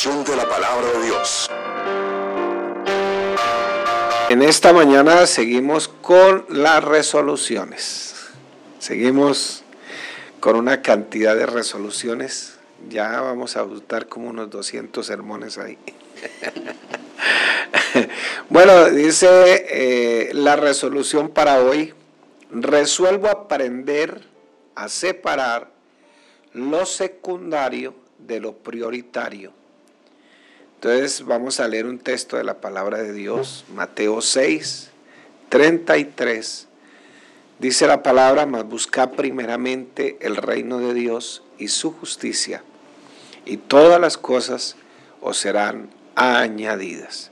exposición de la palabra de Dios. En esta mañana seguimos con las resoluciones. Seguimos con una cantidad de resoluciones. Ya vamos a ajustar como unos 200 sermones ahí. Bueno, dice la resolución para hoy: resuelvo aprender a separar lo secundario de lo prioritario. Entonces vamos a leer un texto de la palabra de Dios, Mateo 6, 33. Dice la palabra: mas buscad primeramente el reino de Dios y su justicia, y todas las cosas os serán añadidas.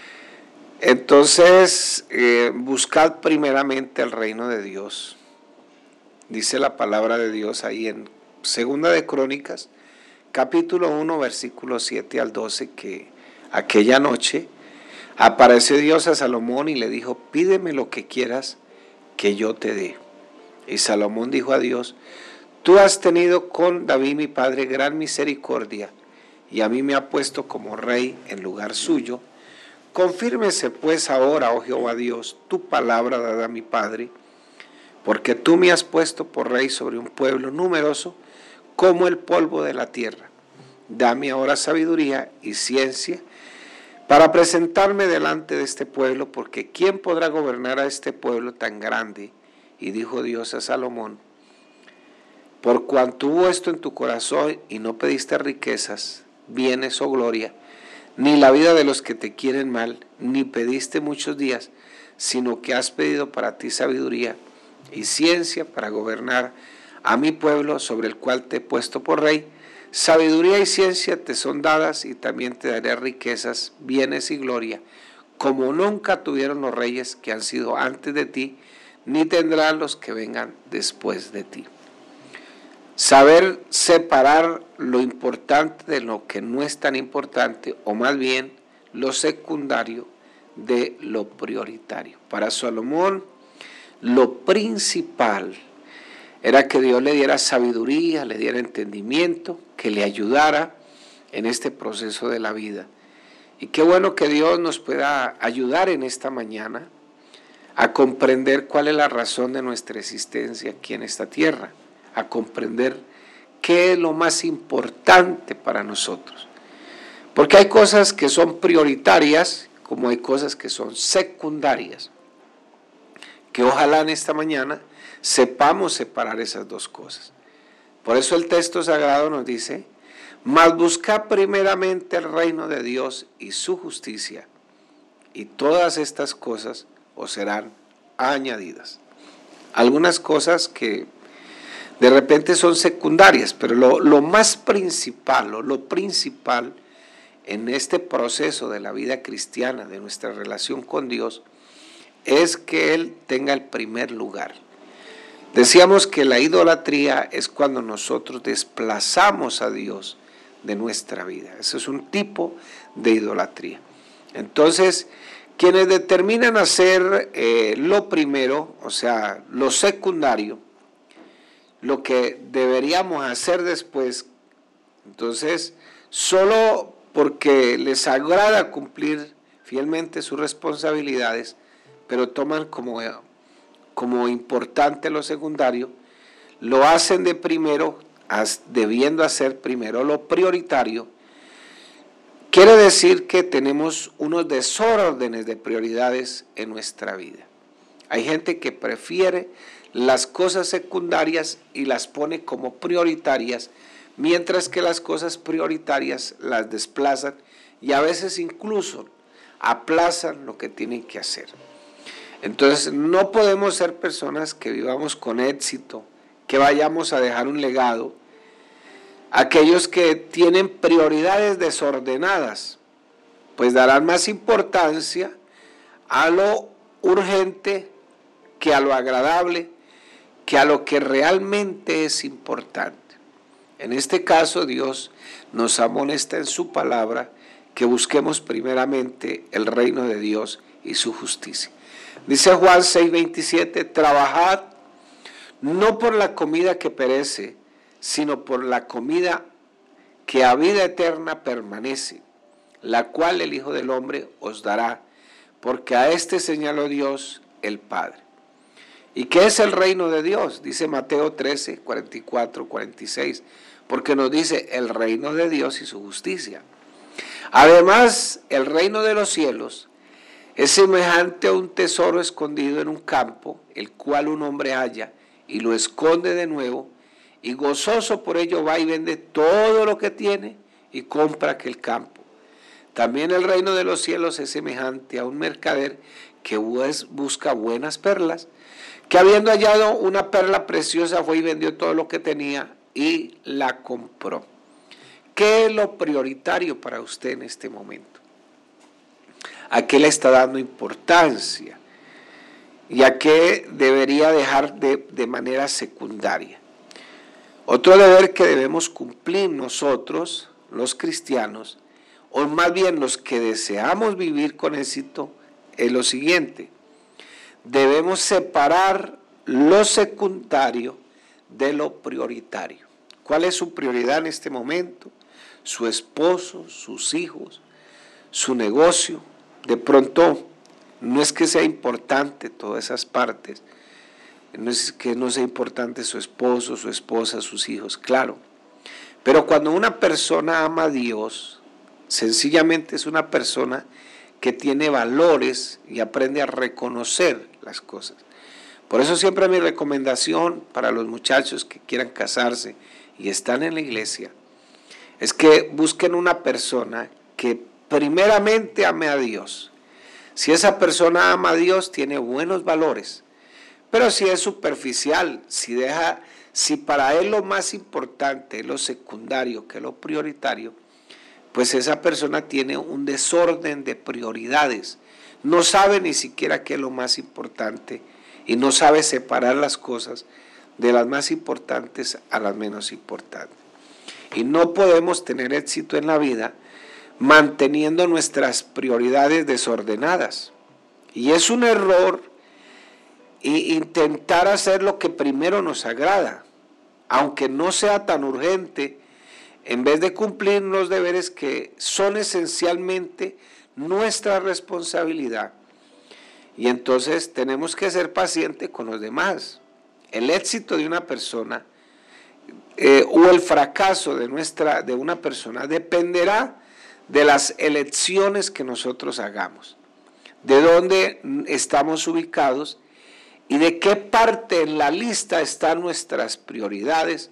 Entonces, buscad primeramente el reino de Dios. Dice la palabra de Dios ahí en Segunda de Crónicas, capítulo 1, versículos 7 al 12, que aquella noche apareció Dios a Salomón y le dijo: pídeme lo que quieras que yo te dé. Y Salomón dijo a Dios: tú has tenido con David mi padre gran misericordia, y a mí me ha puesto como rey en lugar suyo. Confírmese pues ahora, oh Jehová Dios, tu palabra dada a mi padre, porque tú me has puesto por rey sobre un pueblo numeroso como el polvo de la tierra. Dame ahora sabiduría y ciencia para presentarme delante de este pueblo, porque ¿quién podrá gobernar a este pueblo tan grande? Y dijo Dios a Salomón: por cuanto hubo esto en tu corazón y no pediste riquezas, bienes o gloria, ni la vida de los que te quieren mal, ni pediste muchos días, sino que has pedido para ti sabiduría y ciencia para gobernar a mi pueblo sobre el cual te he puesto por rey. Sabiduría y ciencia te son dadas, y también te daré riquezas, bienes y gloria, como nunca tuvieron los reyes que han sido antes de ti, ni tendrán los que vengan después de ti. Saber separar lo importante de lo que no es tan importante, o más bien lo secundario de lo prioritario. Para Salomón, lo principal era que Dios le diera sabiduría, le diera entendimiento, que le ayudara en este proceso de la vida. Y qué bueno que Dios nos pueda ayudar en esta mañana a comprender cuál es la razón de nuestra existencia aquí en esta tierra, a comprender qué es lo más importante para nosotros. Porque hay cosas que son prioritarias, como hay cosas que son secundarias, que ojalá en esta mañana sepamos separar esas dos cosas. Por eso el texto sagrado nos dice: mas buscad primeramente el reino de Dios y su justicia, y todas estas cosas os serán añadidas. Algunas cosas que de repente son secundarias, pero lo más principal, o lo principal en este proceso de la vida cristiana, de nuestra relación con Dios, es que Él tenga el primer lugar. Decíamos que la idolatría es cuando nosotros desplazamos a Dios de nuestra vida. Eso es un tipo de idolatría. Entonces, quienes determinan hacer lo primero, o sea, lo secundario, lo que deberíamos hacer después, entonces, solo porque les agrada cumplir fielmente sus responsabilidades, pero toman como importante lo secundario, lo hacen de primero, debiendo hacer primero lo prioritario. Quiere decir que tenemos unos desórdenes de prioridades en nuestra vida. Hay gente que prefiere las cosas secundarias y las pone como prioritarias, mientras que las cosas prioritarias las desplazan y a veces incluso aplazan lo que tienen que hacer. Entonces no podemos ser personas que vivamos con éxito, que vayamos a dejar un legado. Aquellos que tienen prioridades desordenadas, pues darán más importancia a lo urgente que a lo agradable, que a lo que realmente es importante. En este caso, Dios nos amonesta en su palabra que busquemos primeramente el reino de Dios y su justicia. Dice Juan 6:27, trabajad no por la comida que perece, sino por la comida que a vida eterna permanece, la cual el Hijo del Hombre os dará, porque a este señaló Dios el Padre. ¿Y qué es el reino de Dios? Dice Mateo 13, 44, 46, porque nos dice el reino de Dios y su justicia. Además, el reino de los cielos es semejante a un tesoro escondido en un campo, el cual un hombre halla y lo esconde de nuevo, y gozoso por ello va y vende todo lo que tiene y compra aquel campo. También el reino de los cielos es semejante a un mercader que busca buenas perlas, que habiendo hallado una perla preciosa fue y vendió todo lo que tenía y la compró. ¿Qué es lo prioritario para usted en este momento? ¿A qué le está dando importancia? ¿Y a qué debería dejar de manera secundaria? Otro deber que debemos cumplir nosotros, los cristianos, o más bien los que deseamos vivir con éxito, es lo siguiente: debemos separar lo secundario de lo prioritario. ¿Cuál es su prioridad en este momento? Su esposo, sus hijos, su negocio. De pronto, no es que sea importante todas esas partes, no es que no sea importante su esposo, su esposa, sus hijos, claro. Pero cuando una persona ama a Dios, sencillamente es una persona que tiene valores y aprende a reconocer las cosas. Por eso siempre mi recomendación para los muchachos que quieran casarse y están en la iglesia es que busquen una persona que primeramente ame a Dios. Si esa persona ama a Dios, tiene buenos valores. Pero si es superficial, si para él lo más importante es lo secundario que lo prioritario, pues esa persona tiene un desorden de prioridades. No sabe ni siquiera qué es lo más importante y no sabe separar las cosas de las más importantes a las menos importantes. Y no podemos tener éxito en la vida manteniendo nuestras prioridades desordenadas. Y es un error intentar hacer lo que primero nos agrada, aunque no sea tan urgente, en vez de cumplir los deberes que son esencialmente nuestra responsabilidad. Y entonces tenemos que ser pacientes con los demás. El éxito de una persona o el fracaso de una persona dependerá de las elecciones que nosotros hagamos, de dónde estamos ubicados y de qué parte en la lista están nuestras prioridades.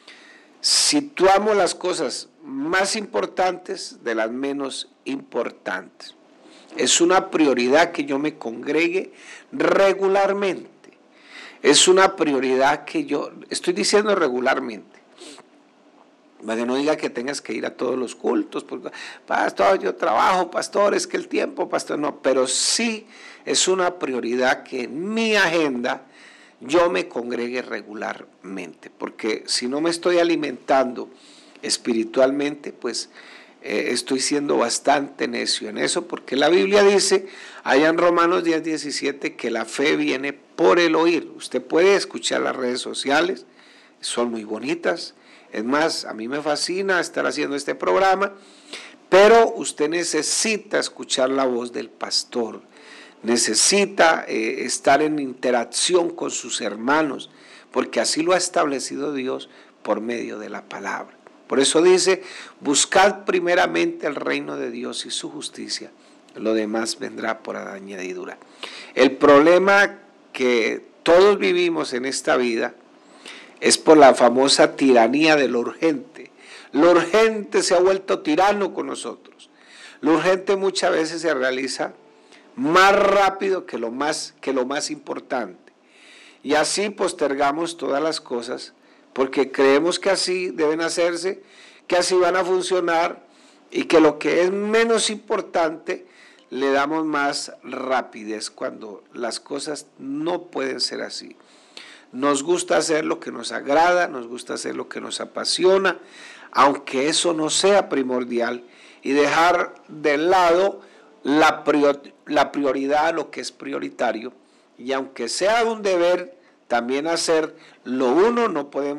Situamos las cosas más importantes de las menos importantes. Es una prioridad que yo me congregue regularmente. Es una prioridad que yo estoy diciendo regularmente. Para que no diga que tengas que ir a todos los cultos, porque, pastor, yo trabajo, pastor, es que el tiempo, pastor, no, pero sí es una prioridad que en mi agenda yo me congregue regularmente, porque si no me estoy alimentando espiritualmente, pues estoy siendo bastante necio en eso, porque la Biblia dice, allá en Romanos 10:17, que la fe viene por el oír. Usted puede escuchar las redes sociales, son muy bonitas. Es más, a mí me fascina estar haciendo este programa, pero usted necesita escuchar la voz del pastor, necesita estar en interacción con sus hermanos, porque así lo ha establecido Dios por medio de la palabra. Por eso dice, buscad primeramente el reino de Dios y su justicia, lo demás vendrá por añadidura. El problema que todos vivimos en esta vida es por la famosa tiranía de lo urgente. Lo urgente se ha vuelto tirano con nosotros. Lo urgente muchas veces se realiza más rápido que lo más importante. Y así postergamos todas las cosas porque creemos que así deben hacerse, que así van a funcionar y que lo que es menos importante le damos más rapidez cuando las cosas no pueden ser así. Nos gusta hacer lo que nos agrada, nos gusta hacer lo que nos apasiona, aunque eso no sea primordial, y dejar de lado la prioridad, lo que es prioritario, y aunque sea un deber también hacer lo uno, no podemos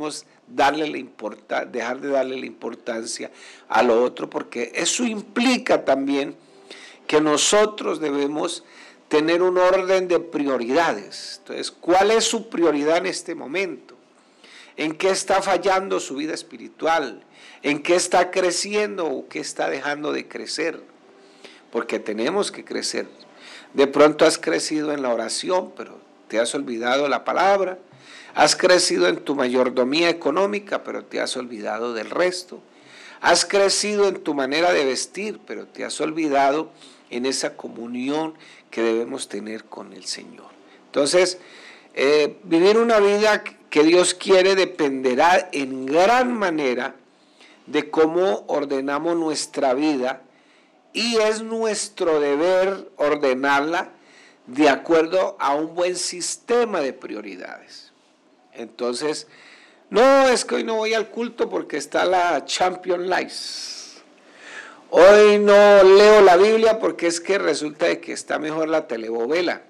dejar de darle la importancia a lo otro, porque eso implica también que nosotros debemos tener un orden de prioridades. Entonces, ¿cuál es su prioridad en este momento? ¿En qué está fallando su vida espiritual? ¿En qué está creciendo o qué está dejando de crecer? Porque tenemos que crecer. De pronto has crecido en la oración, pero te has olvidado la palabra. Has crecido en tu mayordomía económica, pero te has olvidado del resto. Has crecido en tu manera de vestir, pero te has olvidado en esa comunión que debemos tener con el Señor. Entonces, vivir una vida que Dios quiere dependerá en gran manera de cómo ordenamos nuestra vida, y es nuestro deber ordenarla de acuerdo a un buen sistema de prioridades. Entonces, no, es que hoy no voy al culto porque está la Champions League. Hoy no leo la Biblia porque es que resulta de que está mejor la telebovela.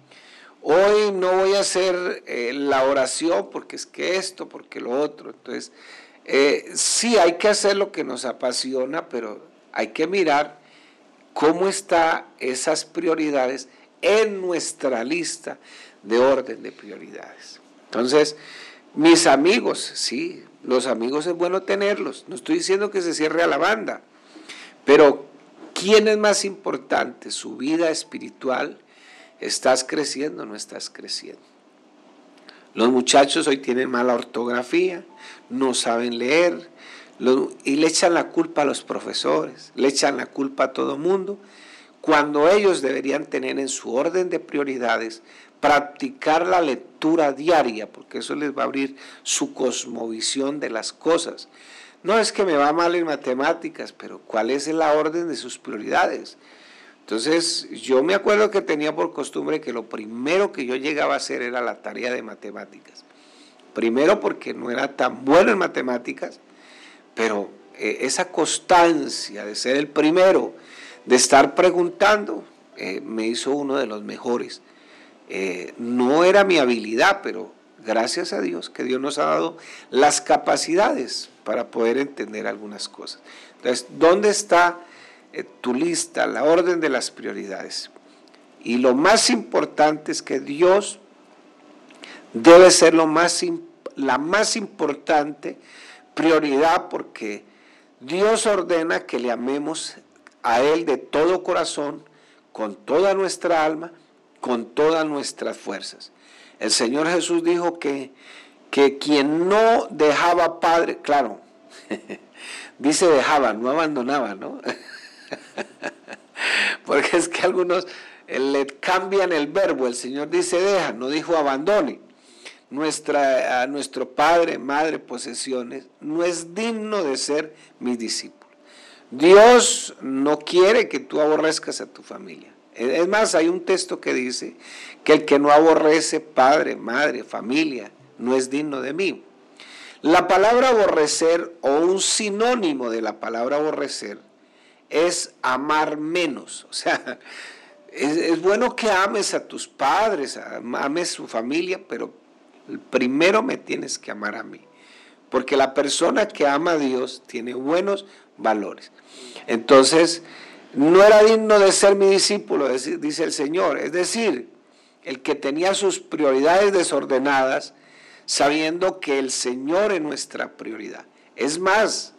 Hoy no voy a hacer la oración porque es que esto, porque lo otro. Entonces, sí hay que hacer lo que nos apasiona, pero hay que mirar cómo están esas prioridades en nuestra lista de orden de prioridades. Entonces, mis amigos, sí, los amigos es bueno tenerlos. No estoy diciendo que se cierre a la banda, pero ¿quién es más importante? ¿Su vida espiritual? ¿Estás creciendo o no estás creciendo? Los muchachos hoy tienen mala ortografía, no saben leer, y le echan la culpa a los profesores, le echan la culpa a todo mundo, cuando ellos deberían tener en su orden de prioridades practicar la lectura diaria, porque eso les va a abrir su cosmovisión de las cosas. No es que me va mal en matemáticas, pero ¿cuál es la orden de sus prioridades? Entonces, yo me acuerdo que tenía por costumbre que lo primero que yo llegaba a hacer era la tarea de matemáticas. Primero porque no era tan bueno en matemáticas, pero esa constancia de ser el primero, de estar preguntando, me hizo uno de los mejores. No era mi habilidad, pero gracias a Dios que Dios nos ha dado las capacidades para poder entender algunas cosas. Entonces, ¿dónde está tu lista, la orden de las prioridades? Y lo más importante es que Dios debe ser la más importante prioridad, porque Dios ordena que le amemos a Él de todo corazón, con toda nuestra alma, con todas nuestras fuerzas. El Señor Jesús dijo que quien no dejaba padre, claro, dice dejaba, no abandonaba, ¿no? Porque es que algunos le cambian el verbo. El Señor dice deja, no dijo abandone. Nuestro padre, madre, posesiones, no es digno de ser mis discípulos. Dios no quiere que tú aborrezcas a tu familia. Es más, hay un texto que dice que el que no aborrece padre, madre, familia, no es digno de mí. La palabra aborrecer, o un sinónimo de la palabra aborrecer, es amar menos. O sea, es bueno que ames a tus padres, ames su familia, pero primero me tienes que amar a mí, porque la persona que ama a Dios tiene buenos valores. Entonces, no era digno de ser mi discípulo, dice el Señor. Es decir, el que tenía sus prioridades desordenadas, sabiendo que el Señor es nuestra prioridad. Es más,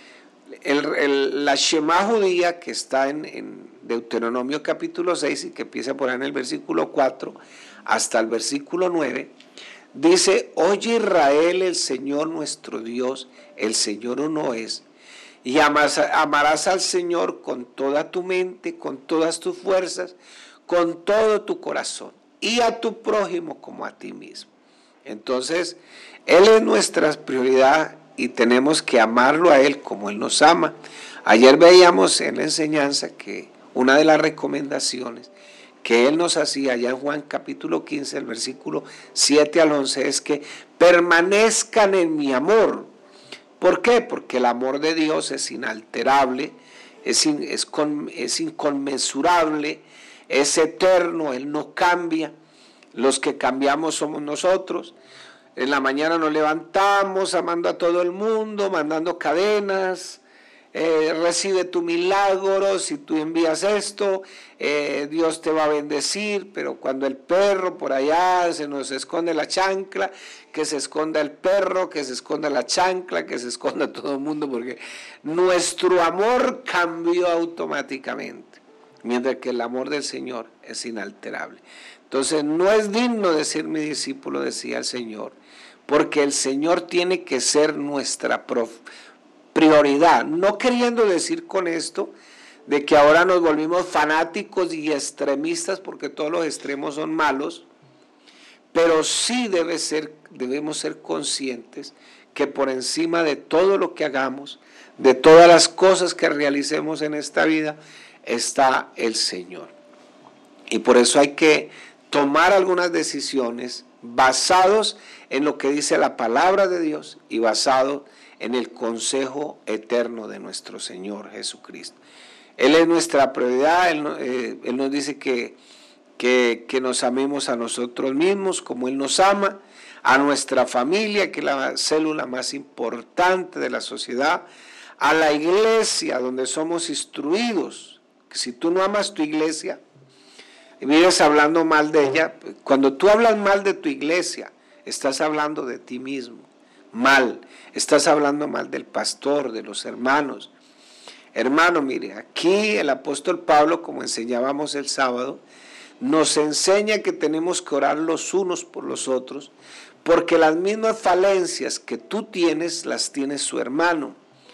la Shema judía, que está en Deuteronomio capítulo 6 y que empieza por ahí en el versículo 4 hasta el versículo 9, dice: oye Israel, el Señor nuestro Dios, el Señor uno es, y amarás al Señor con toda tu mente, con todas tus fuerzas, con todo tu corazón, y a tu prójimo como a ti mismo. Entonces, Él es nuestra prioridad y tenemos que amarlo a Él como Él nos ama. Ayer veíamos en la enseñanza que una de las recomendaciones que Él nos hacía allá en Juan capítulo 15, el versículo 7 al 11, es que permanezcan en mi amor. ¿Por qué? Porque el amor de Dios es inalterable, es inconmensurable, es eterno, Él no cambia. Los que cambiamos somos nosotros. En la mañana nos levantamos amando a todo el mundo, mandando cadenas. Recibe tu milagro, si tú envías esto, Dios te va a bendecir. Pero cuando el perro por allá se nos esconde la chancla, que se esconda el perro, que se esconda la chancla, que se esconda todo el mundo, porque nuestro amor cambió automáticamente, mientras que el amor del Señor es inalterable. Entonces no es digno de ser mi discípulo, decía el Señor, porque el Señor tiene que ser nuestra prioridad, no queriendo decir con esto de que ahora nos volvimos fanáticos y extremistas, porque todos los extremos son malos, pero sí debemos ser conscientes que por encima de todo lo que hagamos, de todas las cosas que realicemos en esta vida, está el Señor. Y por eso hay que tomar algunas decisiones basados en lo que dice la palabra de Dios y basados en el consejo eterno de nuestro Señor Jesucristo. Él es nuestra prioridad. Él nos dice que nos amemos a nosotros mismos como Él nos ama, a nuestra familia, que es la célula más importante de la sociedad, a la iglesia donde somos instruidos. Que si tú no amas tu iglesia y vives hablando mal de ella, cuando tú hablas mal de tu iglesia, estás hablando de ti mismo. Mal, estás hablando mal del pastor, de los hermanos. Hermano, mire, aquí el apóstol Pablo, como enseñábamos el sábado, nos enseña que tenemos que orar los unos por los otros, porque las mismas falencias que tú tienes, las tiene su hermano.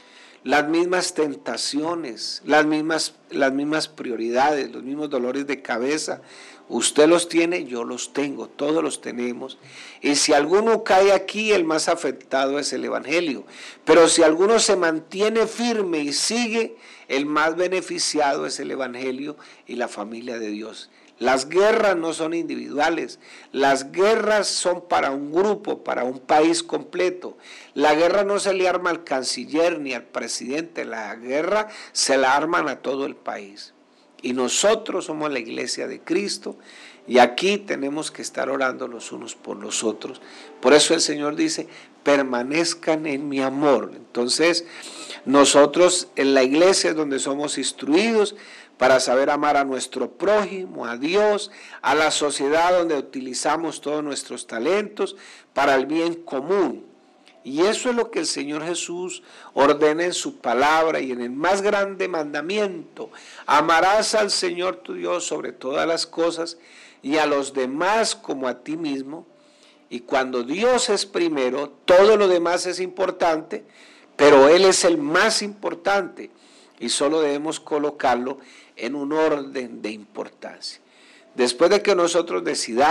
Las mismas tentaciones, las mismas prioridades, los mismos dolores de cabeza, usted los tiene, yo los tengo, todos los tenemos. Y si alguno cae aquí, el más afectado es el Evangelio. Pero si alguno se mantiene firme y sigue, el más beneficiado es el Evangelio y la familia de Dios. Las guerras no son individuales, las guerras son para un grupo, para un país completo. La guerra no se le arma al canciller ni al presidente, la guerra se la arman a todo el país. Y nosotros somos la iglesia de Cristo y aquí tenemos que estar orando los unos por los otros. Por eso el Señor dice, permanezcan en mi amor. Entonces, nosotros en la iglesia es donde somos instruidos para saber amar a nuestro prójimo, a Dios, a la sociedad donde utilizamos todos nuestros talentos para el bien común. Y eso es lo que el Señor Jesús ordena en su palabra y en el más grande mandamiento. Amarás al Señor tu Dios sobre todas las cosas y a los demás como a ti mismo. Y cuando Dios es primero, todo lo demás es importante, pero Él es el más importante y solo debemos colocarlo en un orden de importancia. Después de que nosotros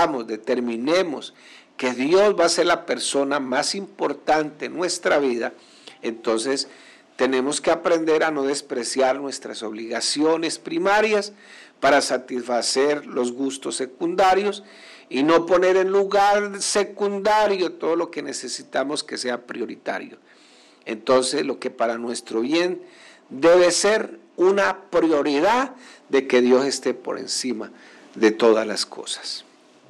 determinemos que Dios va a ser la persona más importante en nuestra vida, entonces tenemos que aprender a no despreciar nuestras obligaciones primarias para satisfacer los gustos secundarios y no poner en lugar secundario todo lo que necesitamos que sea prioritario. Entonces, lo que para nuestro bien debe ser una prioridad de que Dios esté por encima de todas las cosas.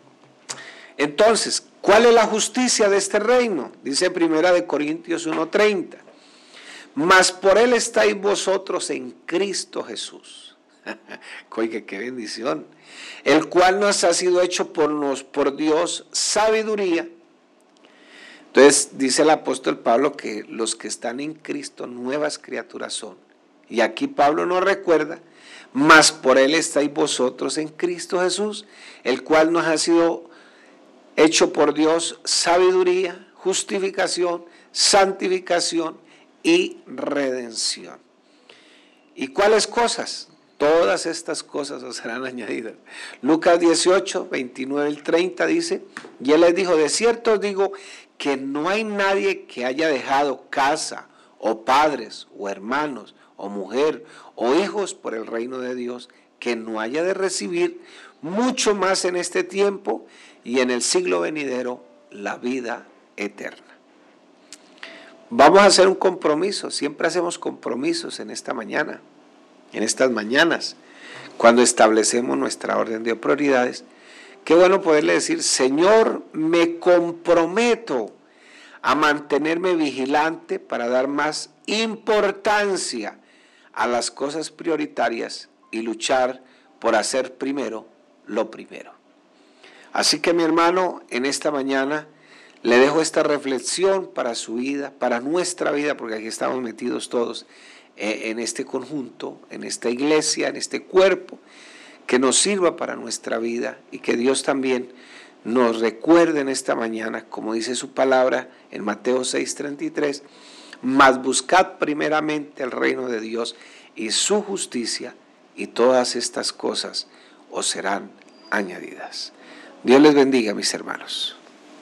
Entonces, ¿cuál es la justicia de este reino? Dice 1 Corintios 1:30. Mas por Él estáis vosotros en Cristo Jesús. Oiga, qué bendición. El cual nos ha sido hecho por Dios sabiduría. Entonces dice el apóstol Pablo que los que están en Cristo nuevas criaturas son. Y aquí Pablo nos recuerda, mas por Él estáis vosotros en Cristo Jesús, el cual nos ha sido hecho por Dios sabiduría, justificación, santificación y redención. ¿Y cuáles cosas? Todas estas cosas os serán añadidas. Lucas 18, 29 y 30 dice, y Él les dijo, de cierto os digo que no hay nadie que haya dejado casa o padres o hermanos o mujer o hijos por el reino de Dios que no haya de recibir mucho más en este tiempo y en el siglo venidero la vida eterna. Vamos a hacer un compromiso, siempre hacemos compromisos en esta mañana, en estas mañanas, cuando establecemos nuestra orden de prioridades, Qué bueno poderle decir, Señor, me comprometo a mantenerme vigilante para dar más importancia a las cosas prioritarias y luchar por hacer primero lo primero. Así que mi hermano, en esta mañana le dejo esta reflexión para su vida, para nuestra vida, porque aquí estamos metidos todos en este conjunto, en esta iglesia, en este cuerpo, que nos sirva para nuestra vida y que Dios también nos recuerde en esta mañana, como dice su palabra en Mateo 6:33, mas buscad primeramente el reino de Dios y su justicia, y todas estas cosas os serán añadidas. Dios les bendiga, mis hermanos.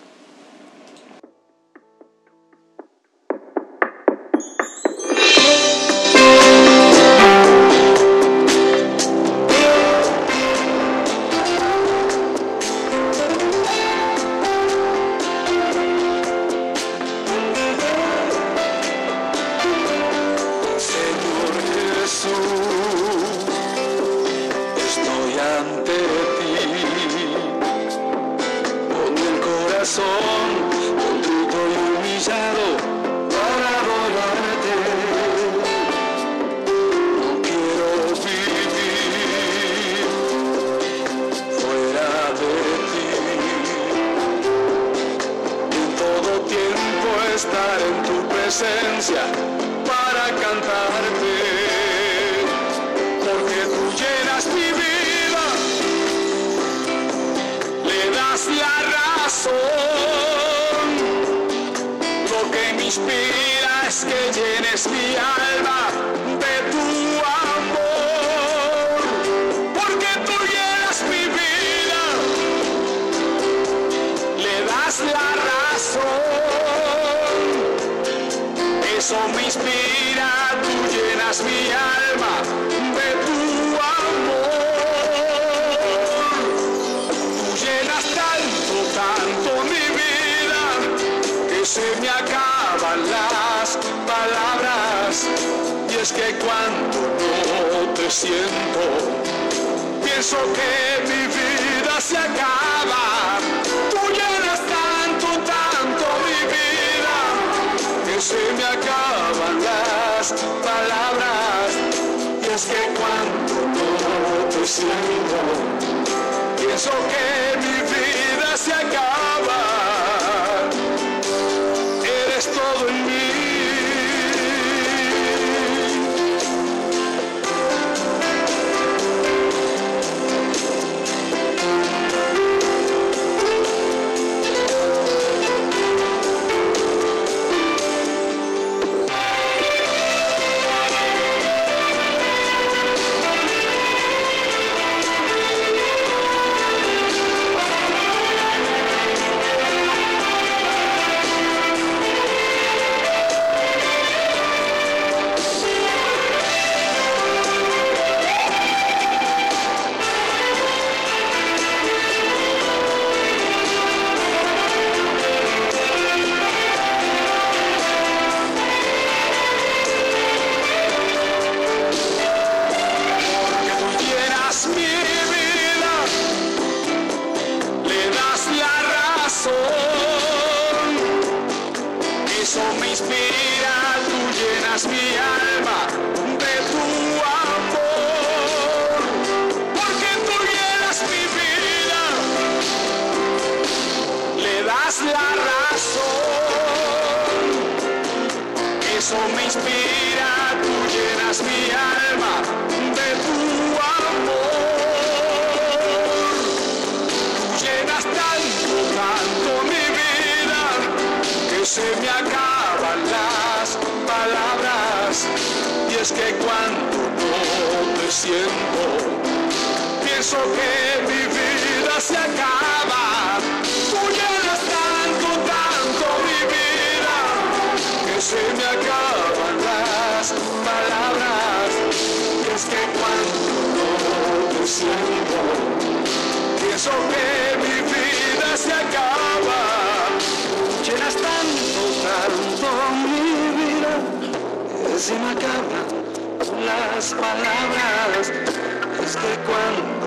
Contrito y humillado para adorarte. No quiero vivir fuera de ti. En todo tiempo estar en tu presencia para cantarte, porque tú llenas mi vida, le das la razón. Lo que me inspira es que llenes mi alma de tu amor, porque tú llenas mi vida, le das la razón. Eso me inspira, tú llenas mi alma de tu amor. Tú llenas tanto mi vida, que se me acaban las palabras. Y es que cuando no te siento, pienso que mi vida se acaba. Tú llenas tanto mi vida, que se me acaban las palabras. Y es que cuando no te siento, pienso que mi vida se acaba. Eres todo en mí. Eso me inspira, tú llenas mi alma de tu amor, porque tú llenas mi vida, le das la razón. Eso me inspira, tú llenas mi alma de tu amor. Tú llenas tanto mi vida, que se me acaban las palabras. Y es que cuando no te siento, pienso que mi vida se acaba. Tú llenas tanto mi vida, que se me acaban las palabras. Y es que cuando no te siento, pienso que mi vida se acaba. Llenas tanto mi vida, que se me acaban las palabras. Es que cuando